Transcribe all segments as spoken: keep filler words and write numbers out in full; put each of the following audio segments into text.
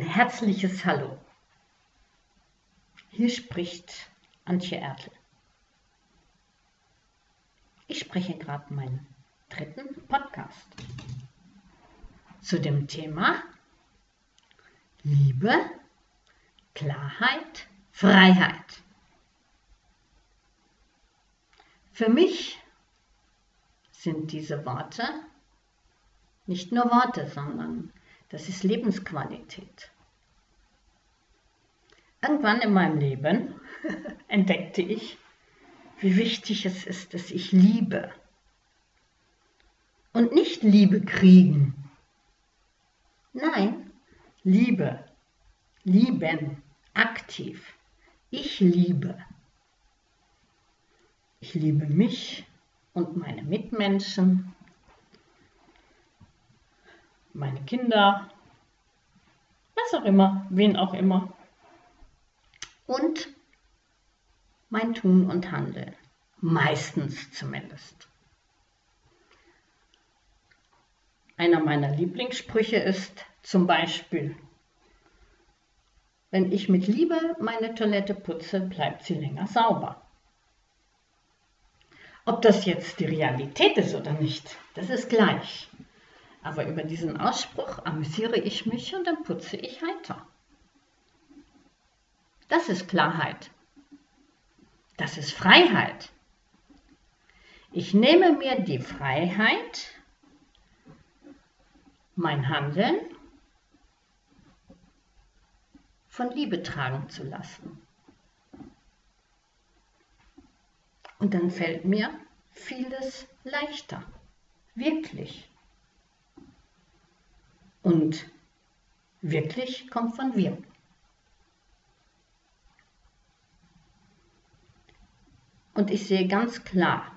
herzliches Hallo. Hier spricht Antje Ertl. Ich spreche gerade meinen dritten Podcast zu dem Thema Liebe, Klarheit, Freiheit. Für mich sind diese Worte nicht nur Worte, sondern das ist Lebensqualität. Irgendwann in meinem Leben entdeckte ich, wie wichtig es ist, dass ich liebe. Und nicht Liebe kriegen. Nein, Liebe, lieben, aktiv. Ich liebe. Ich liebe mich und meine Mitmenschen, meine Kinder, was auch immer, wen auch immer. Und mein Tun und Handeln, meistens zumindest. Einer meiner Lieblingssprüche ist zum Beispiel: Wenn ich mit Liebe meine Toilette putze, bleibt sie länger sauber. Ob das jetzt die Realität ist oder nicht, das ist gleich. Aber über diesen Ausspruch amüsiere ich mich und dann putze ich heiter. Das ist Klarheit. Das ist Freiheit. Ich nehme mir die Freiheit, mein Handeln von Liebe tragen zu lassen. Und dann fällt mir vieles leichter. Wirklich. Und wirklich kommt von wir. Und ich sehe ganz klar,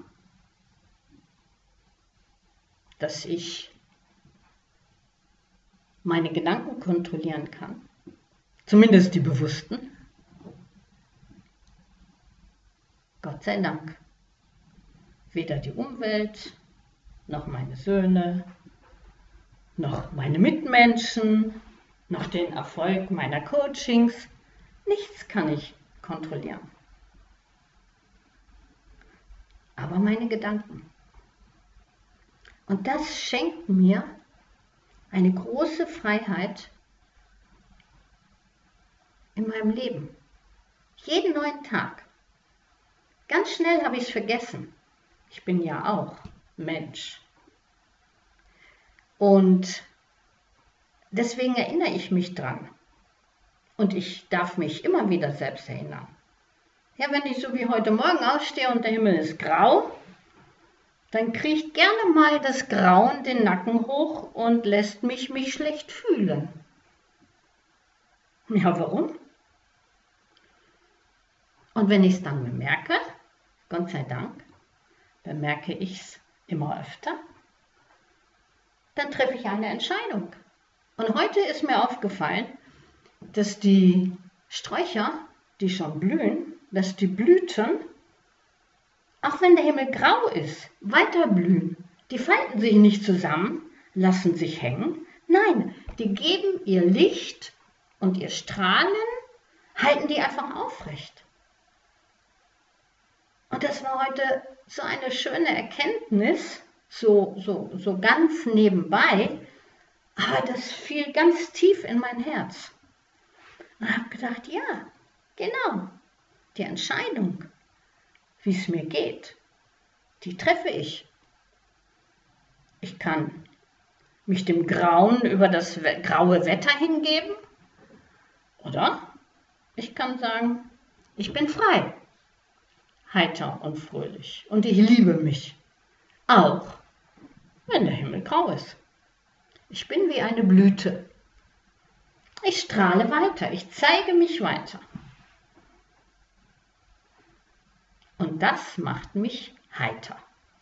dass ich meine Gedanken kontrollieren kann, zumindest die bewussten. Gott sei Dank. Weder die Umwelt, noch meine Söhne, noch meine Mitmenschen, noch den Erfolg meiner Coachings. Nichts kann ich kontrollieren. Aber meine Gedanken. Und das schenkt mir eine große Freiheit in meinem Leben. Jeden neuen Tag. Ganz schnell habe ich es vergessen. Ich bin ja auch Mensch. Und deswegen erinnere ich mich dran. Und ich darf mich immer wieder selbst erinnern. Ja, wenn ich so wie heute Morgen aufstehe und der Himmel ist grau, dann kriegt gerne mal das Grauen den Nacken hoch und lässt mich mich schlecht fühlen. Ja, warum? Und wenn ich es dann bemerke, Gott sei Dank, bemerke ich es immer öfter, dann treffe ich eine Entscheidung. Und heute ist mir aufgefallen, dass die Sträucher, die schon blühen, dass die Blüten, auch wenn der Himmel grau ist, weiter blühen. Die falten sich nicht zusammen, lassen sich hängen. Nein, die geben ihr Licht und ihr Strahlen, halten die einfach aufrecht. Und das war heute so eine schöne Erkenntnis, so, so, so ganz nebenbei, aber das fiel ganz tief in mein Herz. Und ich habe gedacht, ja, genau, die Entscheidung, wie es mir geht, die treffe ich. Ich kann mich dem Grauen über das graue Wetter hingeben, oder ich kann sagen, ich bin frei, heiter und fröhlich und ich liebe mich, auch wenn der Himmel grau ist. Ich bin wie eine Blüte. Ich strahle weiter, ich zeige mich weiter. Und das macht mich heiter.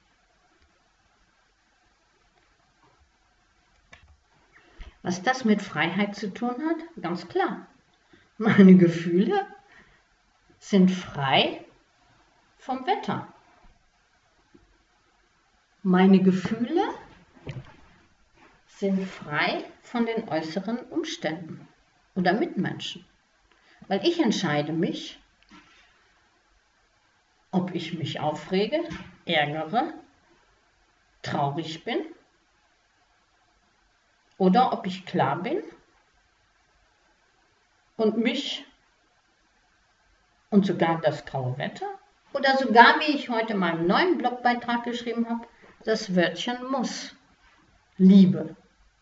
Was das mit Freiheit zu tun hat? Ganz klar. Meine Gefühle sind frei vom Wetter. Meine Gefühle sind frei von den äußeren Umständen. oder Mitmenschen. Weil ich entscheide mich, ob ich mich aufrege, ärgere, traurig bin oder ob ich klar bin und mich und sogar das graue Wetter oder sogar, wie ich heute in meinem neuen Blogbeitrag geschrieben habe, das Wörtchen muss, Liebe.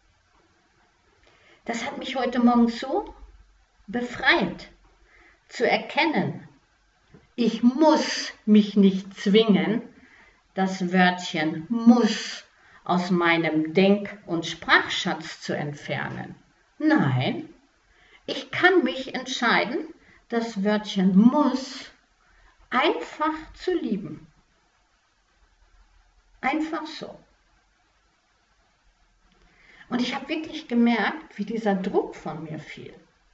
Das hat mich heute Morgen so befreit, zu erkennen, ich muss mich nicht zwingen, das Wörtchen muss aus meinem Denk- und Sprachschatz zu entfernen. Nein, ich kann mich entscheiden, das Wörtchen muss einfach zu lieben. Einfach so. Und ich habe wirklich gemerkt, wie dieser Druck von mir fiel.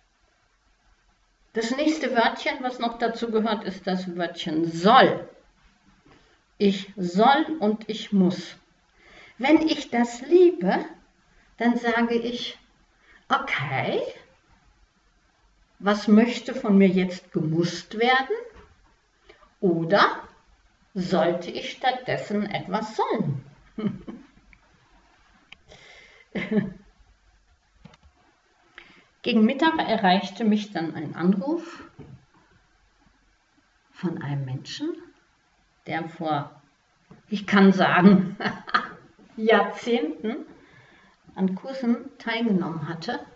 Das nächste Wörtchen, was noch dazu gehört, ist das Wörtchen soll. Ich soll und ich muss. Wenn ich das liebe, dann sage ich, okay, was möchte von mir jetzt gemusst werden? Oder sollte ich stattdessen etwas sollen? Gegen Mittag erreichte mich dann ein Anruf von einem Menschen, der vor, ich kann sagen, Jahrzehnten an Kursen teilgenommen hatte,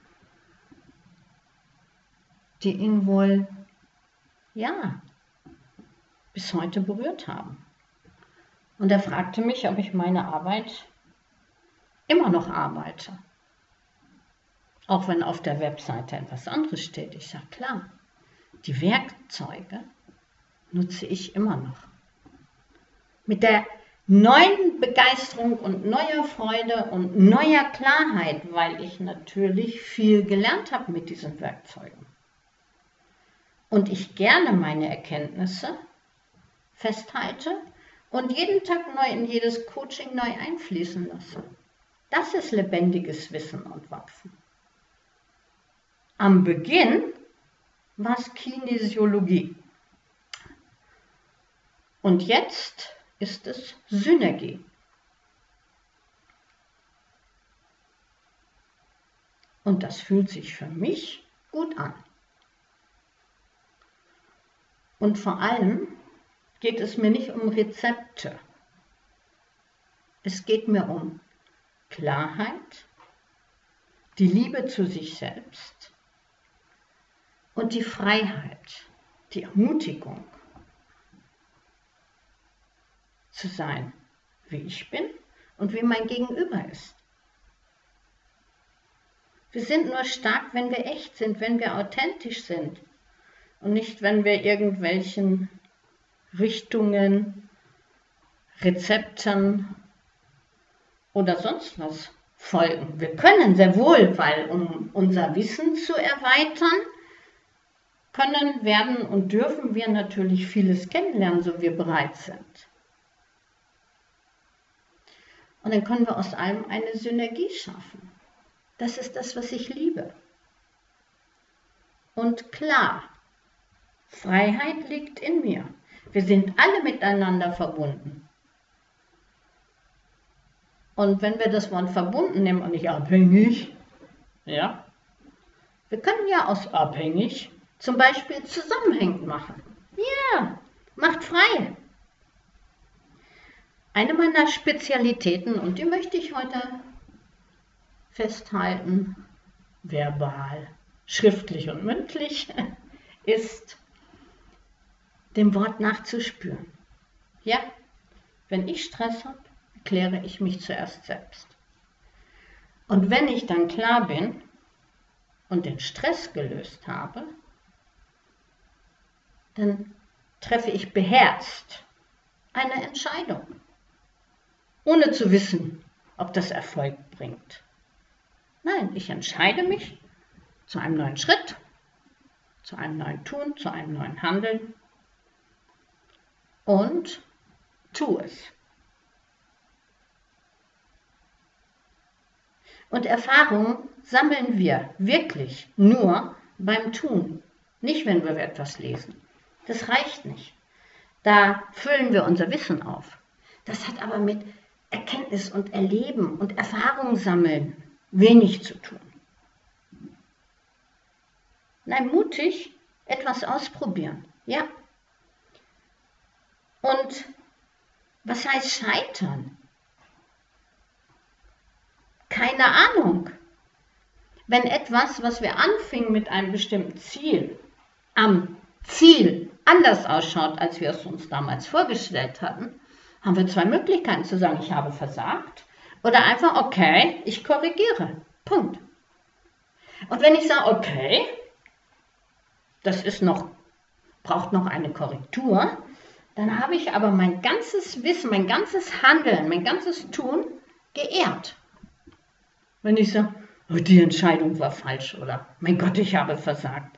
die ihn wohl, ja, bis heute berührt haben. Und er fragte mich, ob ich meine Arbeit immer noch arbeite. Auch wenn auf der Webseite etwas anderes steht. Ich sage, klar, die Werkzeuge nutze ich immer noch. Mit der neuen Begeisterung und neuer Freude und neuer Klarheit, weil ich natürlich viel gelernt habe mit diesen Werkzeugen. Und ich gerne meine Erkenntnisse festhalte und jeden Tag neu in jedes Coaching neu einfließen lasse. Das ist lebendiges Wissen und Wachsen. Am Beginn war es Kinesiologie. Und jetzt ist es Synergie. Und das fühlt sich für mich gut an. Und vor allem geht es mir nicht um Rezepte. Es geht mir um Klarheit, die Liebe zu sich selbst und die Freiheit, die Ermutigung zu sein, wie ich bin und wie mein Gegenüber ist. Wir sind nur stark, wenn wir echt sind, wenn wir authentisch sind und nicht, wenn wir irgendwelchen Richtungen, Rezepten oder sonst was folgen. Wir können sehr wohl, weil um unser Wissen zu erweitern, können, werden und dürfen wir natürlich vieles kennenlernen, so wir bereit sind. Und dann können wir aus allem eine Synergie schaffen. Das ist das, was ich liebe. Und klar, Freiheit liegt in mir. Wir sind alle miteinander verbunden. Und wenn wir das Wort verbunden nehmen und nicht abhängig, ja, wir können ja aus abhängig zum Beispiel zusammenhängend machen. Ja, macht frei. Eine meiner Spezialitäten, und die möchte ich heute festhalten, verbal, schriftlich und mündlich, ist, dem Wort nachzuspüren. Ja, wenn ich Stress habe, kläre ich mich zuerst selbst. Und wenn ich dann klar bin und den Stress gelöst habe, dann treffe ich beherzt eine Entscheidung, ohne zu wissen, ob das Erfolg bringt. Nein, ich entscheide mich zu einem neuen Schritt, zu einem neuen Tun, zu einem neuen Handeln und tue es. Und Erfahrung sammeln wir wirklich nur beim Tun, nicht wenn wir etwas lesen. Das reicht nicht. Da füllen wir unser Wissen auf. Das hat aber mit Erkenntnis und Erleben und Erfahrung sammeln wenig zu tun. Nein, mutig etwas ausprobieren. Ja. Und was heißt scheitern? Keine Ahnung. Wenn etwas, was wir anfingen mit einem bestimmten Ziel, am Ziel anders ausschaut, als wir es uns damals vorgestellt hatten, haben wir zwei Möglichkeiten zu sagen, ich habe versagt oder einfach, okay, ich korrigiere. Punkt. Und wenn ich sage, okay, das ist noch, braucht noch eine Korrektur, dann habe ich aber mein ganzes Wissen, mein ganzes Handeln, mein ganzes Tun geehrt. Wenn ich sage, oh, die Entscheidung war falsch oder mein Gott, ich habe versagt.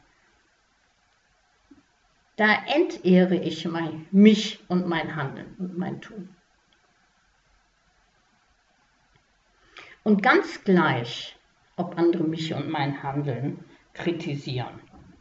Da entehre ich mein, mich und mein Handeln und mein Tun. Und ganz gleich, ob andere mich und mein Handeln kritisieren.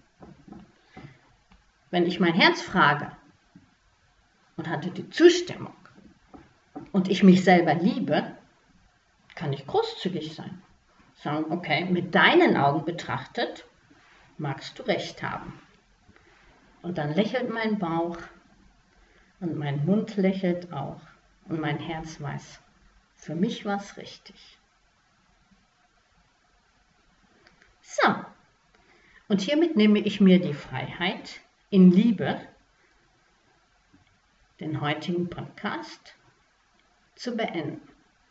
Wenn ich mein Herz frage und hatte die Zustimmung und ich mich selber liebe, kann ich großzügig sein. Sagen, okay, mit deinen Augen betrachtet, magst du recht haben. Und dann lächelt mein Bauch und mein Mund lächelt auch und mein Herz weiß, für mich war es richtig. So, und hiermit nehme ich mir die Freiheit, in Liebe den heutigen Podcast zu beenden.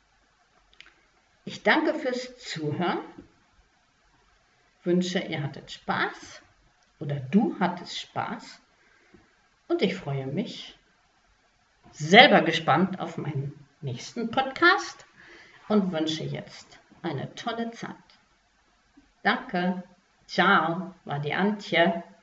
Ich danke fürs Zuhören, wünsche, ihr hattet Spaß oder du hattest Spaß und ich freue mich, selber gespannt auf meinen nächsten Podcast und wünsche jetzt eine tolle Zeit. Danke, ciao, war die Antje.